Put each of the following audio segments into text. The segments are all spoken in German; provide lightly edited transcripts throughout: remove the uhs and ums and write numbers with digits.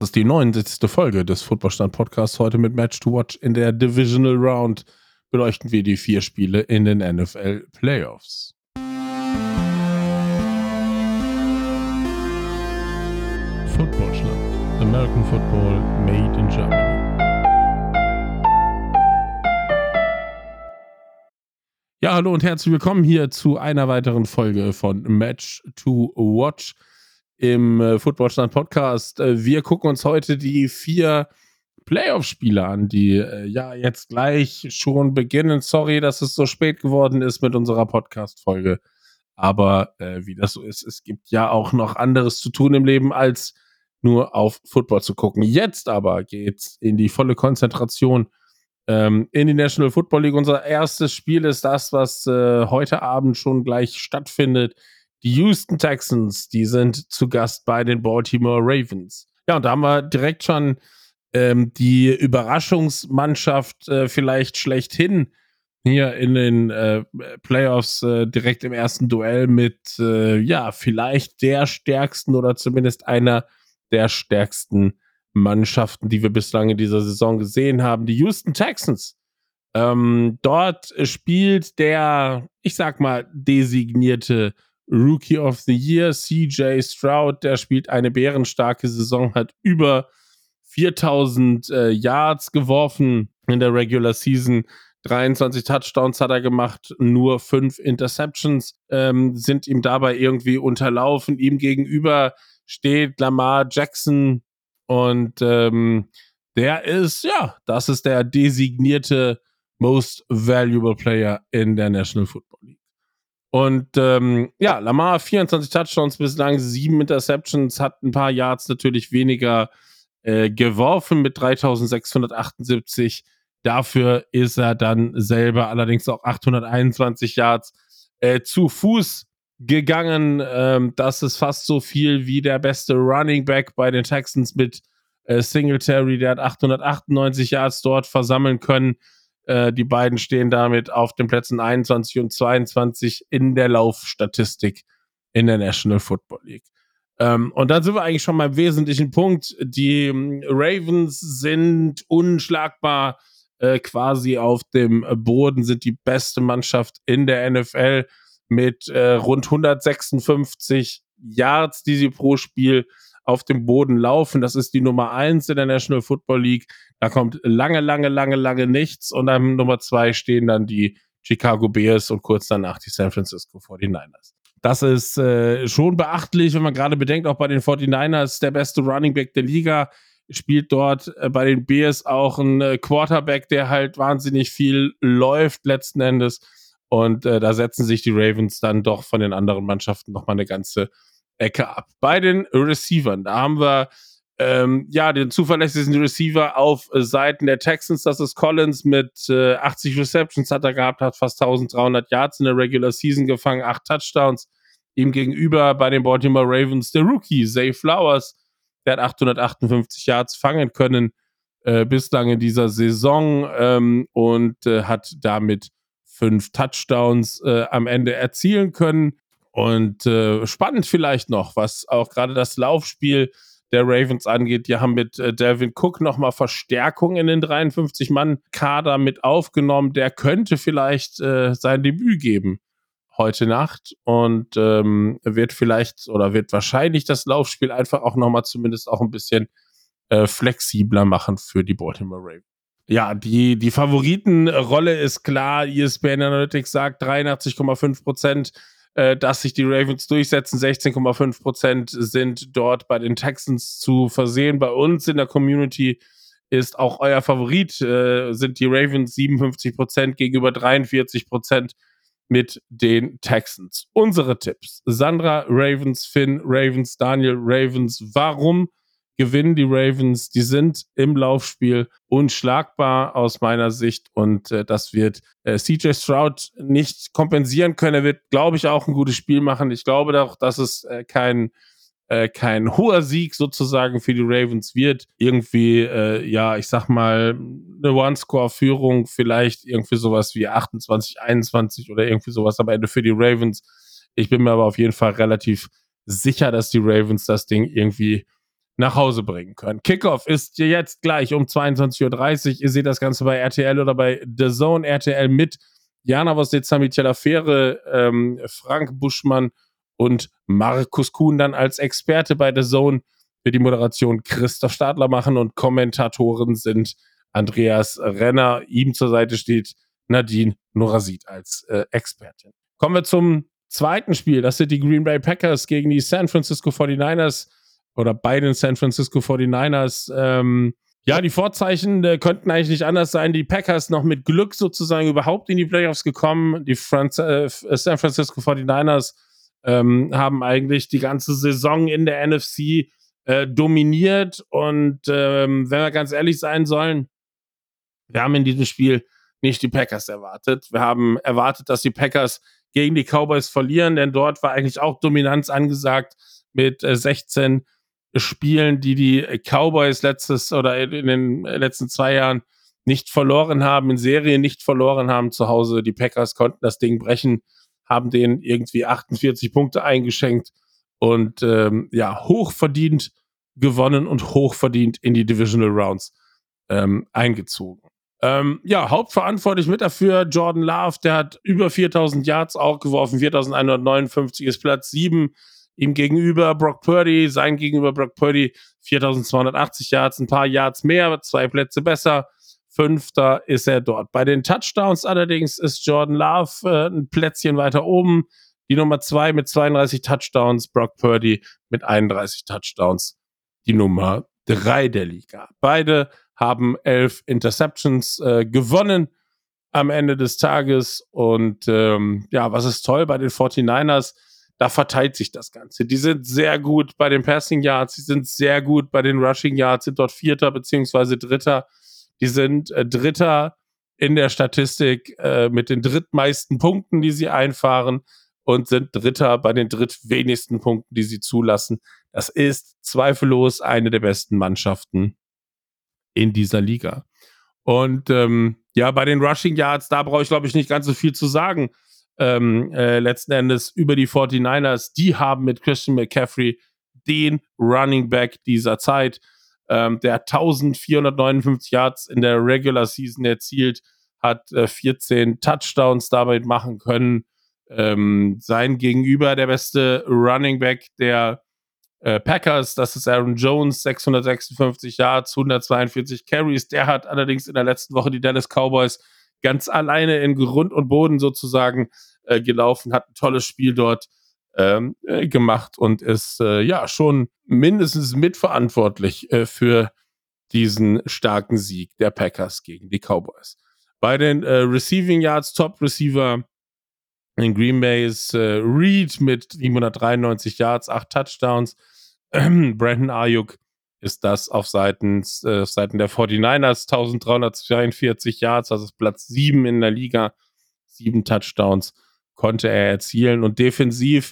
Das ist die 69. Folge des Footballstand-Podcasts. Heute mit Match to Watch in der Divisional Round beleuchten wir die 4 Spiele in den NFL Playoffs. Footballstand. American Football made in Germany. Ja, hallo und herzlich willkommen hier zu einer weiteren Folge von Match to Watch im Footballstand-Podcast. Wir gucken uns heute die 4 Playoff-Spiele an, die jetzt gleich schon beginnen. Sorry, dass es so spät geworden ist mit unserer Podcast-Folge. Aber wie das so ist, es gibt ja auch noch anderes zu tun im Leben, als nur auf Football zu gucken. Jetzt aber geht's in die volle Konzentration in die National Football League. Unser erstes Spiel ist das, was heute Abend schon gleich stattfindet. Die Houston Texans, die sind zu Gast bei den Baltimore Ravens. Ja, und da haben wir direkt schon die Überraschungsmannschaft vielleicht schlechthin hier in den Playoffs direkt im ersten Duell mit vielleicht der stärksten oder zumindest einer der stärksten Mannschaften, die wir bislang in dieser Saison gesehen haben. Die Houston Texans. Dort spielt der, ich sag mal, designierte Rookie of the Year, CJ Stroud. Der spielt eine bärenstarke Saison, hat über 4000 Yards geworfen in der Regular Season. 23 Touchdowns hat er gemacht, nur 5 Interceptions sind ihm dabei irgendwie unterlaufen. Ihm gegenüber steht Lamar Jackson und das ist der designierte Most Valuable Player in der National Football League. Und Lamar 24 Touchdowns bislang, 7 Interceptions, hat ein paar Yards natürlich weniger geworfen mit 3678. Dafür ist er dann selber allerdings auch 821 Yards zu Fuß gegangen. Das ist fast so viel wie der beste Running Back bei den Texans mit Singletary. Der hat 898 Yards dort versammeln können. Die beiden stehen damit auf den Plätzen 21 und 22 in der Laufstatistik in der National Football League. Und dann sind wir eigentlich schon beim wesentlichen Punkt. Die Ravens sind unschlagbar quasi auf dem Boden, sind die beste Mannschaft in der NFL mit rund 156 Yards, die sie pro Spiel auf dem Boden laufen. Das ist die Nummer 1 in der National Football League. Da kommt lange nichts. Und an Nummer 2 stehen dann die Chicago Bears und kurz danach die San Francisco 49ers. Das ist schon beachtlich, wenn man gerade bedenkt, auch bei den 49ers der beste Running Back der Liga, spielt dort bei den Bears auch ein Quarterback, der halt wahnsinnig viel läuft letzten Endes. Und da setzen sich die Ravens dann doch von den anderen Mannschaften nochmal eine ganze Ecke ab. Bei den Receivern, da haben wir den zuverlässigsten Receiver auf Seiten der Texans. Das ist Collins mit 80 Receptions hat er gehabt, hat fast 1300 Yards in der Regular Season gefangen, 8 Touchdowns. Ihm gegenüber bei den Baltimore Ravens der Rookie, Zay Flowers, der hat 858 Yards fangen können bislang in dieser Saison und hat damit 5 Touchdowns am Ende erzielen können. Und spannend vielleicht noch, was auch gerade das Laufspiel der Ravens angeht. Die haben mit Dalvin Cook nochmal Verstärkung in den 53-Mann-Kader mit aufgenommen. Der könnte vielleicht sein Debüt geben heute Nacht und wird wahrscheinlich das Laufspiel einfach auch nochmal zumindest auch ein bisschen flexibler machen für die Baltimore Ravens. Ja, die Favoritenrolle ist klar. ESPN Analytics sagt 83,5%, dass sich die Ravens durchsetzen. 16,5% sind dort bei den Texans zu versehen. Bei uns in der Community ist auch euer Favorit, sind die Ravens 57% gegenüber 43% mit den Texans. Unsere Tipps: Sandra Ravens, Finn Ravens, Daniel Ravens. Warum gewinnen die Ravens? Die sind im Laufspiel unschlagbar aus meiner Sicht und das wird CJ Stroud nicht kompensieren können. Er wird, glaube ich, auch ein gutes Spiel machen. Ich glaube auch, dass es kein hoher Sieg sozusagen für die Ravens wird. Irgendwie, ich sag mal, eine One-Score-Führung, vielleicht irgendwie sowas wie 28-21 oder irgendwie sowas am Ende für die Ravens. Ich bin mir aber auf jeden Fall relativ sicher, dass die Ravens das Ding irgendwie nach Hause bringen können. Kickoff ist jetzt gleich um 22:30 Uhr. Ihr seht das Ganze bei RTL oder bei The Zone. RTL mit Jana Wosnica, Michela Fähre, Frank Buschmann und Markus Kuhn dann als Experte bei The Zone. Wird die Moderation Christoph Stadler machen und Kommentatoren sind Andreas Renner. Ihm zur Seite steht Nadine Norazid als Expertin. Kommen wir zum zweiten Spiel. Das sind die Green Bay Packers gegen die San Francisco 49ers oder bei den San Francisco 49ers. Ja, die Vorzeichen könnten eigentlich nicht anders sein. Die Packers noch mit Glück sozusagen überhaupt in die Playoffs gekommen. Die San Francisco 49ers haben eigentlich die ganze Saison in der NFC dominiert. Und wenn wir ganz ehrlich sein sollen, wir haben in diesem Spiel nicht die Packers erwartet. Wir haben erwartet, dass die Packers gegen die Cowboys verlieren, denn dort war eigentlich auch Dominanz angesagt mit 16 Spielen, die Cowboys in den letzten 2 Jahren nicht verloren haben, in Serien nicht verloren haben zu Hause. Die Packers konnten das Ding brechen, haben denen irgendwie 48 Punkte eingeschenkt und hochverdient gewonnen und hochverdient in die Divisional Rounds eingezogen. Hauptverantwortlich mit dafür Jordan Love, der hat über 4000 Yards auch geworfen, 4159 ist Platz 7. Ihm gegenüber Brock Purdy, 4280 Yards, ein paar Yards mehr, 2 Plätze besser. 5. ist er dort. Bei den Touchdowns allerdings ist Jordan Love ein Plätzchen weiter oben. Die Nummer 2 mit 32 Touchdowns, Brock Purdy mit 31 Touchdowns. Die Nummer 3 der Liga. Beide haben 11 Interceptions gewonnen am Ende des Tages. Und was ist toll bei den 49ers? Da verteilt sich das Ganze. Die sind sehr gut bei den Passing Yards, die sind sehr gut bei den Rushing Yards, sind dort 4. bzw. 3. Die sind 3. in der Statistik mit den drittmeisten Punkten, die sie einfahren und sind 3. bei den drittwenigsten Punkten, die sie zulassen. Das ist zweifellos eine der besten Mannschaften in dieser Liga. Und bei den Rushing Yards, da brauche ich, glaube ich, nicht ganz so viel zu sagen. Letzten Endes über die 49ers, die haben mit Christian McCaffrey den Running Back dieser Zeit, der 1459 Yards in der Regular Season erzielt, hat 14 Touchdowns damit machen können. Sein Gegenüber, der beste Running Back der Packers, das ist Aaron Jones, 656 Yards, 142 Carries. Der hat allerdings in der letzten Woche die Dallas Cowboys ganz alleine in Grund und Boden sozusagen gelaufen, hat ein tolles Spiel dort gemacht und ist schon mindestens mitverantwortlich für diesen starken Sieg der Packers gegen die Cowboys. Bei den Receiving Yards, Top Receiver in Green Bay ist Reed mit 793 Yards, 8 Touchdowns. Brandon Ayuk ist das auf Seiten der 49ers, 1342 Yards, das ist Platz 7 in der Liga, 7 Touchdowns konnte er erzielen. Und defensiv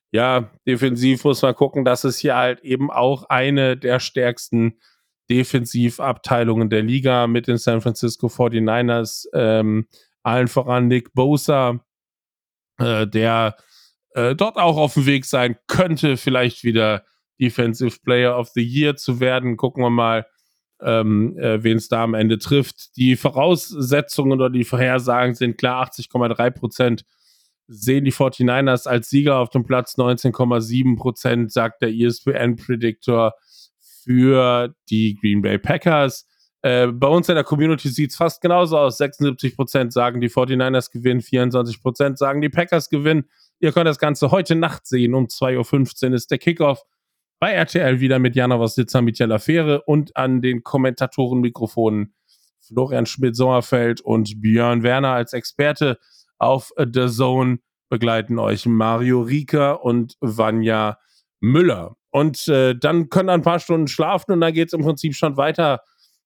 muss man gucken, dass es hier halt eben auch eine der stärksten Defensivabteilungen der Liga mit den San Francisco 49ers, allen voran Nick Bosa, der dort auch auf dem Weg sein könnte, vielleicht wieder Defensive Player of the Year zu werden. Gucken wir mal, wen es da am Ende trifft. Die Voraussetzungen oder die Vorhersagen sind klar, 80,3% sehen die 49ers als Sieger auf dem Platz, 19,7% sagt der ESPN-Predictor für die Green Bay Packers. Bei uns in der Community sieht es fast genauso aus. 76% sagen, die 49ers gewinnen, 24% sagen, die Packers gewinnen. Ihr könnt das Ganze heute Nacht sehen. Um 2:15 Uhr ist der Kickoff bei RTL wieder mit Jana Wosnica, Michela Fähre und an den Kommentatorenmikrofonen Florian Schmidt-Sommerfeld und Björn Werner als Experte. Auf The Zone begleiten euch Mario Rieker und Vanja Müller. Und dann können ein paar Stunden schlafen und dann geht es im Prinzip schon weiter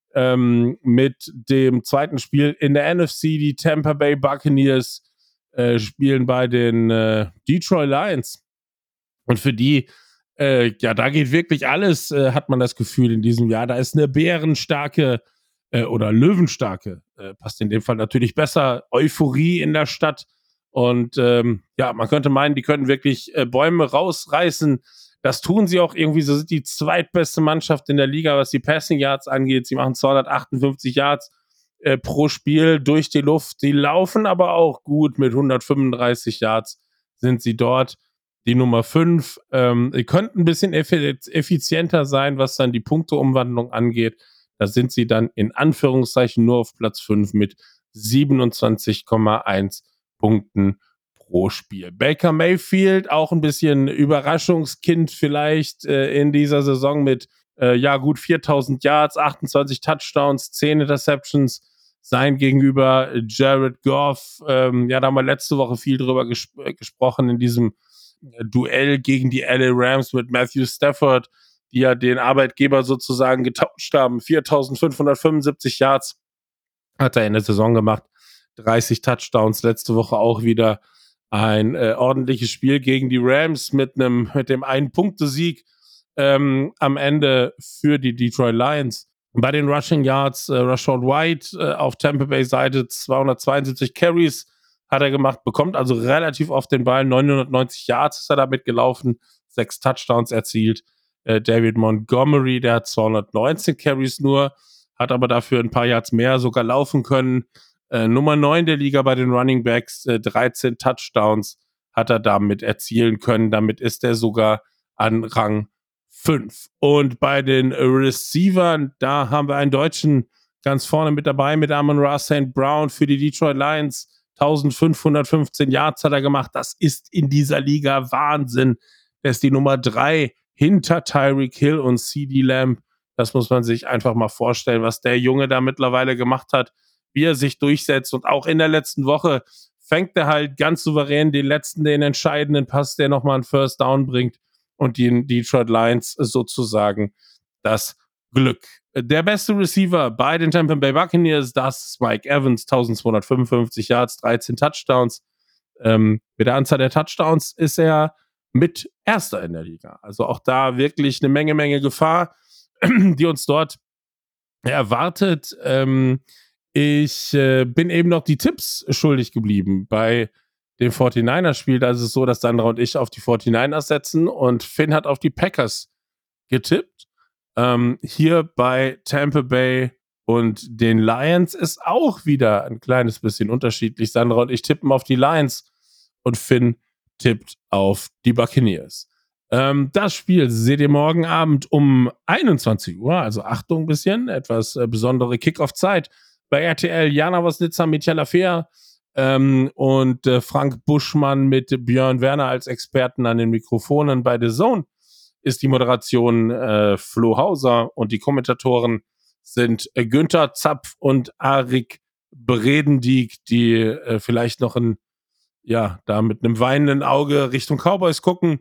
mit dem zweiten Spiel in der NFC. Die Tampa Bay Buccaneers spielen bei den Detroit Lions. Und für die, da geht wirklich alles, hat man das Gefühl in diesem Jahr. Da ist eine bärenstarke oder löwenstarke, passt in dem Fall natürlich besser, Euphorie in der Stadt. Und man könnte meinen, die können wirklich Bäume rausreißen. Das tun sie auch irgendwie. So sind die zweitbeste Mannschaft in der Liga, was die Passing Yards angeht. Sie machen 258 Yards pro Spiel durch die Luft. Sie laufen aber auch gut mit 135 Yards sind sie dort. Die Nummer 5. Ihr könnt ein bisschen effizienter sein, was dann die Punkteumwandlung angeht. Da sind sie dann in Anführungszeichen nur auf Platz 5 mit 27,1 Punkten pro Spiel. Baker Mayfield, auch ein bisschen Überraschungskind vielleicht in dieser Saison mit gut 4000 Yards, 28 Touchdowns, 10 Interceptions. Sein gegenüber Jared Goff, da haben wir letzte Woche viel drüber gesprochen in diesem Duell gegen die LA Rams mit Matthew Stafford, die ja den Arbeitgeber sozusagen getauscht haben. 4.575 Yards hat er in der Saison gemacht, 30 Touchdowns, letzte Woche auch wieder ein ordentliches Spiel gegen die Rams mit dem Ein-Punkte-Sieg am Ende für die Detroit Lions. Bei den Rushing Yards, Rashad White auf Tampa Bay Seite 272 Carries hat er gemacht, bekommt also relativ oft den Ball, 990 Yards ist er damit gelaufen, 6 Touchdowns erzielt. David Montgomery, der hat 219 Carries nur, hat aber dafür ein paar Yards mehr sogar laufen können. Nummer 9 der Liga bei den Running Backs, 13 Touchdowns hat er damit erzielen können. Damit ist er sogar an Rang 5. Und bei den Receivern, da haben wir einen Deutschen ganz vorne mit dabei, mit Amon-Ra St. Brown für die Detroit Lions. 1515 Yards hat er gemacht. Das ist in dieser Liga Wahnsinn. Er ist die Nummer 3 hinter Tyreek Hill und CeeDee Lamb. Das muss man sich einfach mal vorstellen, was der Junge da mittlerweile gemacht hat, wie er sich durchsetzt. Und auch in der letzten Woche fängt er halt ganz souverän den entscheidenden Pass, der nochmal einen First Down bringt und die Detroit Lions sozusagen das Glück. Der beste Receiver bei den Tampa Bay Buccaneers, das ist Mike Evans, 1255 Yards, 13 Touchdowns. Mit der Anzahl der Touchdowns ist er mit Erster in der Liga. Also auch da wirklich eine Menge Gefahr, die uns dort erwartet. Ich bin eben noch die Tipps schuldig geblieben. Bei dem 49ers-Spiel, da ist es so, dass Sandra und ich auf die 49ers setzen und Finn hat auf die Packers getippt. Hier bei Tampa Bay und den Lions ist auch wieder ein kleines bisschen unterschiedlich. Sandra und ich tippen auf die Lions und Finn tippt auf die Buccaneers. Das Spiel seht ihr morgen Abend um 21 Uhr, also Achtung ein bisschen, etwas besondere Kickoff-Zeit bei RTL. Jana Wosnitzer, Michael Affair und Frank Buschmann mit Björn Werner als Experten an den Mikrofonen. Bei The Zone ist die Moderation Flo Hauser und die Kommentatoren sind Günther Zapf und Arik Bredendieck, die vielleicht noch da mit einem weinenden Auge Richtung Cowboys gucken,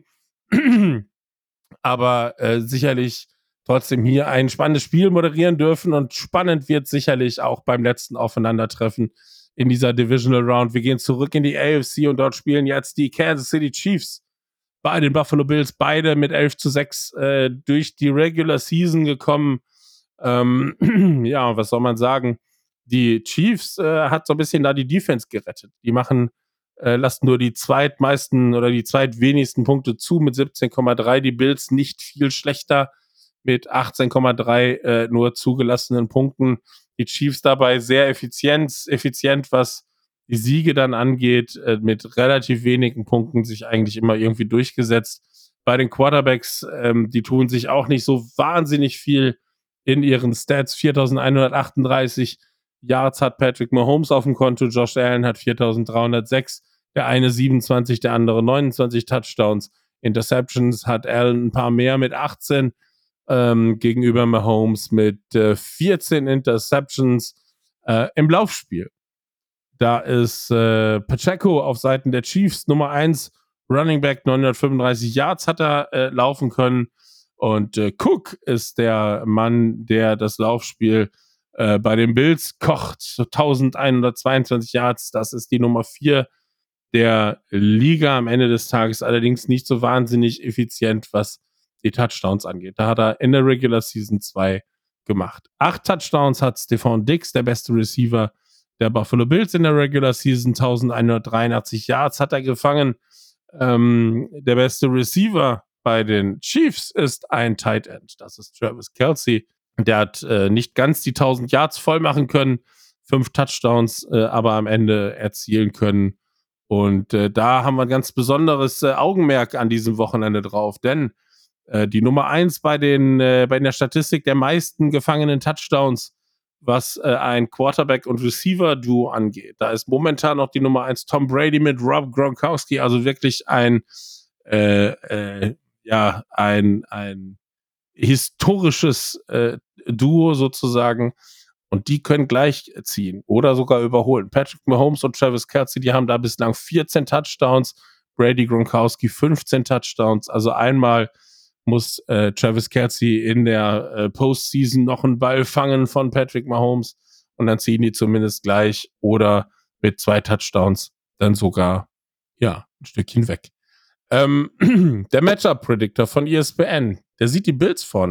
aber sicherlich trotzdem hier ein spannendes Spiel moderieren dürfen und spannend wird sicherlich auch beim letzten Aufeinandertreffen in dieser Divisional Round. Wir gehen zurück in die AFC und dort spielen jetzt die Kansas City Chiefs bei den Buffalo Bills, beide mit 11-6 durch die Regular Season gekommen. Was soll man sagen? Die Chiefs hat so ein bisschen da die Defense gerettet. Die lassen nur die zweitmeisten oder die zweitwenigsten Punkte zu mit 17,3. Die Bills nicht viel schlechter mit 18,3 nur zugelassenen Punkten. Die Chiefs dabei sehr effizient, was die Siege dann angeht, mit relativ wenigen Punkten sich eigentlich immer irgendwie durchgesetzt. Bei den Quarterbacks, die tun sich auch nicht so wahnsinnig viel in ihren Stats. 4.138 Yards hat Patrick Mahomes auf dem Konto, Josh Allen hat 4.306, der eine 27, der andere 29 Touchdowns. Interceptions hat Allen ein paar mehr mit 18, gegenüber Mahomes mit 14 Interceptions im Laufspiel. Da ist Pacheco auf Seiten der Chiefs Nummer 1, Running Back, 935 Yards hat er laufen können. Und Cook ist der Mann, der das Laufspiel bei den Bills kocht. 1122 Yards, das ist die Nummer 4 der Liga am Ende des Tages. Allerdings nicht so wahnsinnig effizient, was die Touchdowns angeht. Da hat er in der Regular Season 2 gemacht. 8 Touchdowns hat Stephon Diggs, der beste Receiver der Buffalo Bills in der Regular Season. 1183 Yards hat er gefangen. Der beste Receiver bei den Chiefs ist ein Tight End. Das ist Travis Kelce. Der hat nicht ganz die 1000 Yards voll machen können, 5 Touchdowns aber am Ende erzielen können. Und da haben wir ein ganz besonderes Augenmerk an diesem Wochenende drauf, denn die Nummer 1 bei der Statistik der meisten gefangenen Touchdowns, was ein Quarterback- und Receiver-Duo angeht. Da ist momentan noch die Nummer 1 Tom Brady mit Rob Gronkowski, also wirklich ein historisches Duo sozusagen. Und die können gleich ziehen oder sogar überholen. Patrick Mahomes und Travis Kelce, die haben da bislang 14 Touchdowns, Brady Gronkowski 15 Touchdowns. Also einmal muss Travis Kelce in der Postseason noch einen Ball fangen von Patrick Mahomes und dann ziehen die zumindest gleich oder mit 2 Touchdowns dann sogar ein Stückchen weg. Der Matchup-Predictor von ESPN, der sieht die Bills vorne,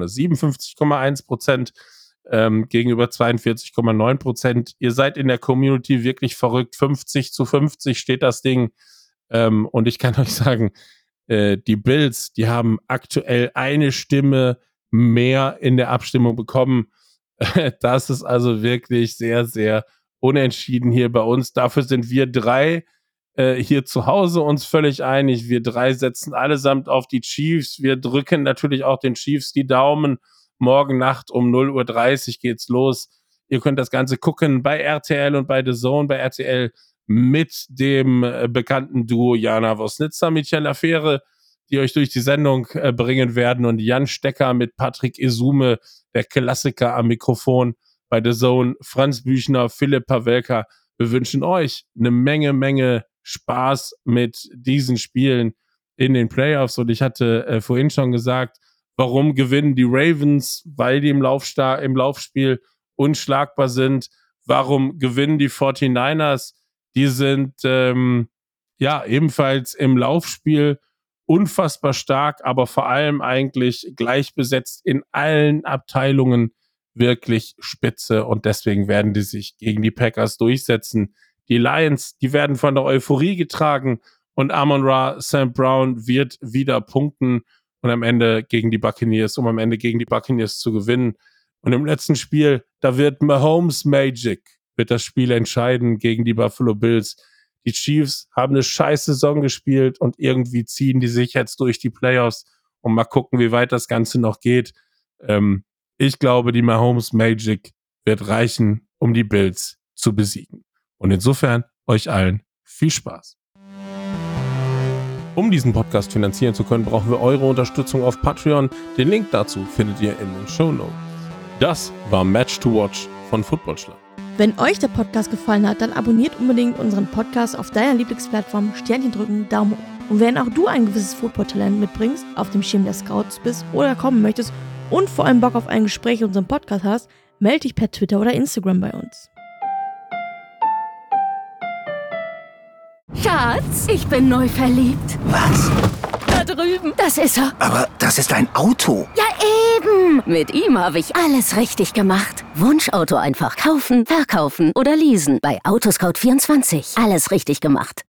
57,1% gegenüber 42,9%. Ihr seid in der Community wirklich verrückt. 50-50 steht das Ding. Und ich kann euch sagen, die Bills, die haben aktuell eine Stimme mehr in der Abstimmung bekommen. Das ist also wirklich sehr, sehr unentschieden hier bei uns. Dafür sind wir 3 hier zu Hause uns völlig einig. Wir 3 setzen allesamt auf die Chiefs. Wir drücken natürlich auch den Chiefs die Daumen. Morgen Nacht um 0:30 Uhr geht's los. Ihr könnt das Ganze gucken bei RTL und bei The Zone. Bei RTL mit dem bekannten Duo Jana Wosnitzer, Michael Affäre, die euch durch die Sendung bringen werden. Und Jan Stecker mit Patrick Esume, der Klassiker am Mikrofon. Bei The Zone Franz Büchner, Philipp Pawelka. Wir wünschen euch eine Menge Spaß mit diesen Spielen in den Playoffs. Und ich hatte vorhin schon gesagt, warum gewinnen die Ravens? Weil die im Laufspiel unschlagbar sind. Warum gewinnen die 49ers? Die sind ebenfalls im Laufspiel unfassbar stark, aber vor allem eigentlich gleich besetzt in allen Abteilungen, wirklich spitze, und deswegen werden die sich gegen die Packers durchsetzen. Die Lions, die werden von der Euphorie getragen und Amon-Ra St. Brown wird wieder punkten und am Ende gegen die Buccaneers zu gewinnen. Und im letzten Spiel, da wird Mahomes Magic, wird das Spiel entscheiden gegen die Buffalo Bills. Die Chiefs haben eine scheiß Saison gespielt und irgendwie ziehen die sich jetzt durch die Playoffs und mal gucken, wie weit das Ganze noch geht. Ich glaube, die Mahomes Magic wird reichen, um die Bills zu besiegen. Und insofern euch allen viel Spaß. Um diesen Podcast finanzieren zu können, brauchen wir eure Unterstützung auf Patreon. Den Link dazu findet ihr in den Shownotes. Das war Match to Watch von Footballschlag. Wenn euch der Podcast gefallen hat, dann abonniert unbedingt unseren Podcast auf deiner Lieblingsplattform, Sternchen drücken, Daumen hoch. Und wenn auch du ein gewisses Football-Talent mitbringst, auf dem Schirm der Scouts bist oder kommen möchtest und vor allem Bock auf ein Gespräch in unserem Podcast hast, melde dich per Twitter oder Instagram bei uns. Schatz, ich bin neu verliebt. Was? Da drüben. Das ist er. Aber das ist ein Auto. Ja, eben. Mit ihm habe ich alles richtig gemacht. Wunschauto einfach kaufen, verkaufen oder leasen. Bei Autoscout24. Alles richtig gemacht.